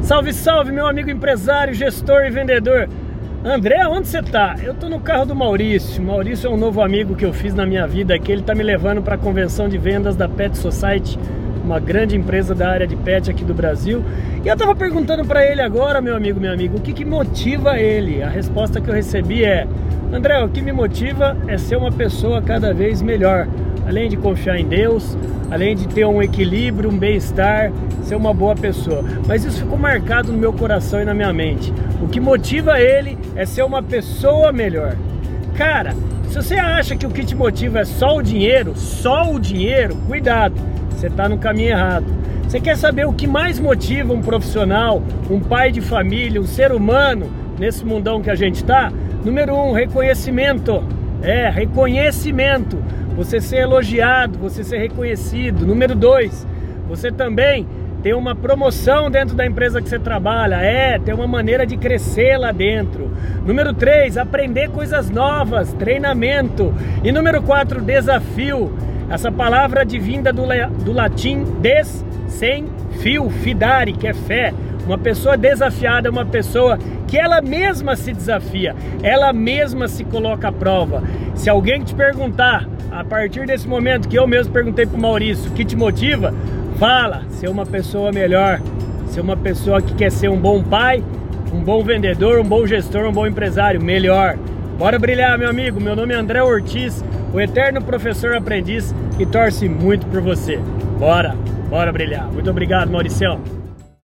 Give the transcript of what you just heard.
Salve, salve, meu amigo empresário, gestor e vendedor. André, onde você tá? Eu tô no carro do Maurício. Maurício é um novo amigo que eu fiz na minha vida aqui. Ele tá me levando para a convenção de vendas da Pet Society, uma grande empresa da área de pet aqui do Brasil. E eu tava perguntando para ele agora, meu amigo, o que motiva ele? A resposta que eu recebi é: André, o que me motiva é ser uma pessoa cada vez melhor. Além de confiar em Deus, além de ter um equilíbrio, um bem-estar, ser uma boa pessoa. Mas isso ficou marcado no meu coração e na minha mente. O que motiva ele é ser uma pessoa melhor. Cara, se você acha que o que te motiva é só o dinheiro, cuidado, você está no caminho errado. Você quer saber o que mais motiva um profissional, um pai de família, um ser humano nesse mundão que a gente está? Número 1, reconhecimento. Reconhecimento. Você ser elogiado, você ser reconhecido. Número 2, você também ter uma promoção dentro da empresa que você trabalha. Ter uma maneira de crescer lá dentro. Número 3, aprender coisas novas, treinamento. E número 4, desafio. Essa palavra advinda do latim des, sem, fio, fidare, que é fé. Uma pessoa desafiada é uma pessoa que ela mesma se desafia, ela mesma se coloca à prova. Se alguém te perguntar, a partir desse momento que eu mesmo perguntei pro Maurício, o que te motiva? Fala, ser uma pessoa melhor, ser uma pessoa que quer ser um bom pai, um bom vendedor, um bom gestor, um bom empresário, melhor. Bora brilhar, meu amigo. Meu nome é André Ortiz, o eterno professor aprendiz que torce muito por você. Bora brilhar. Muito obrigado, Mauricião.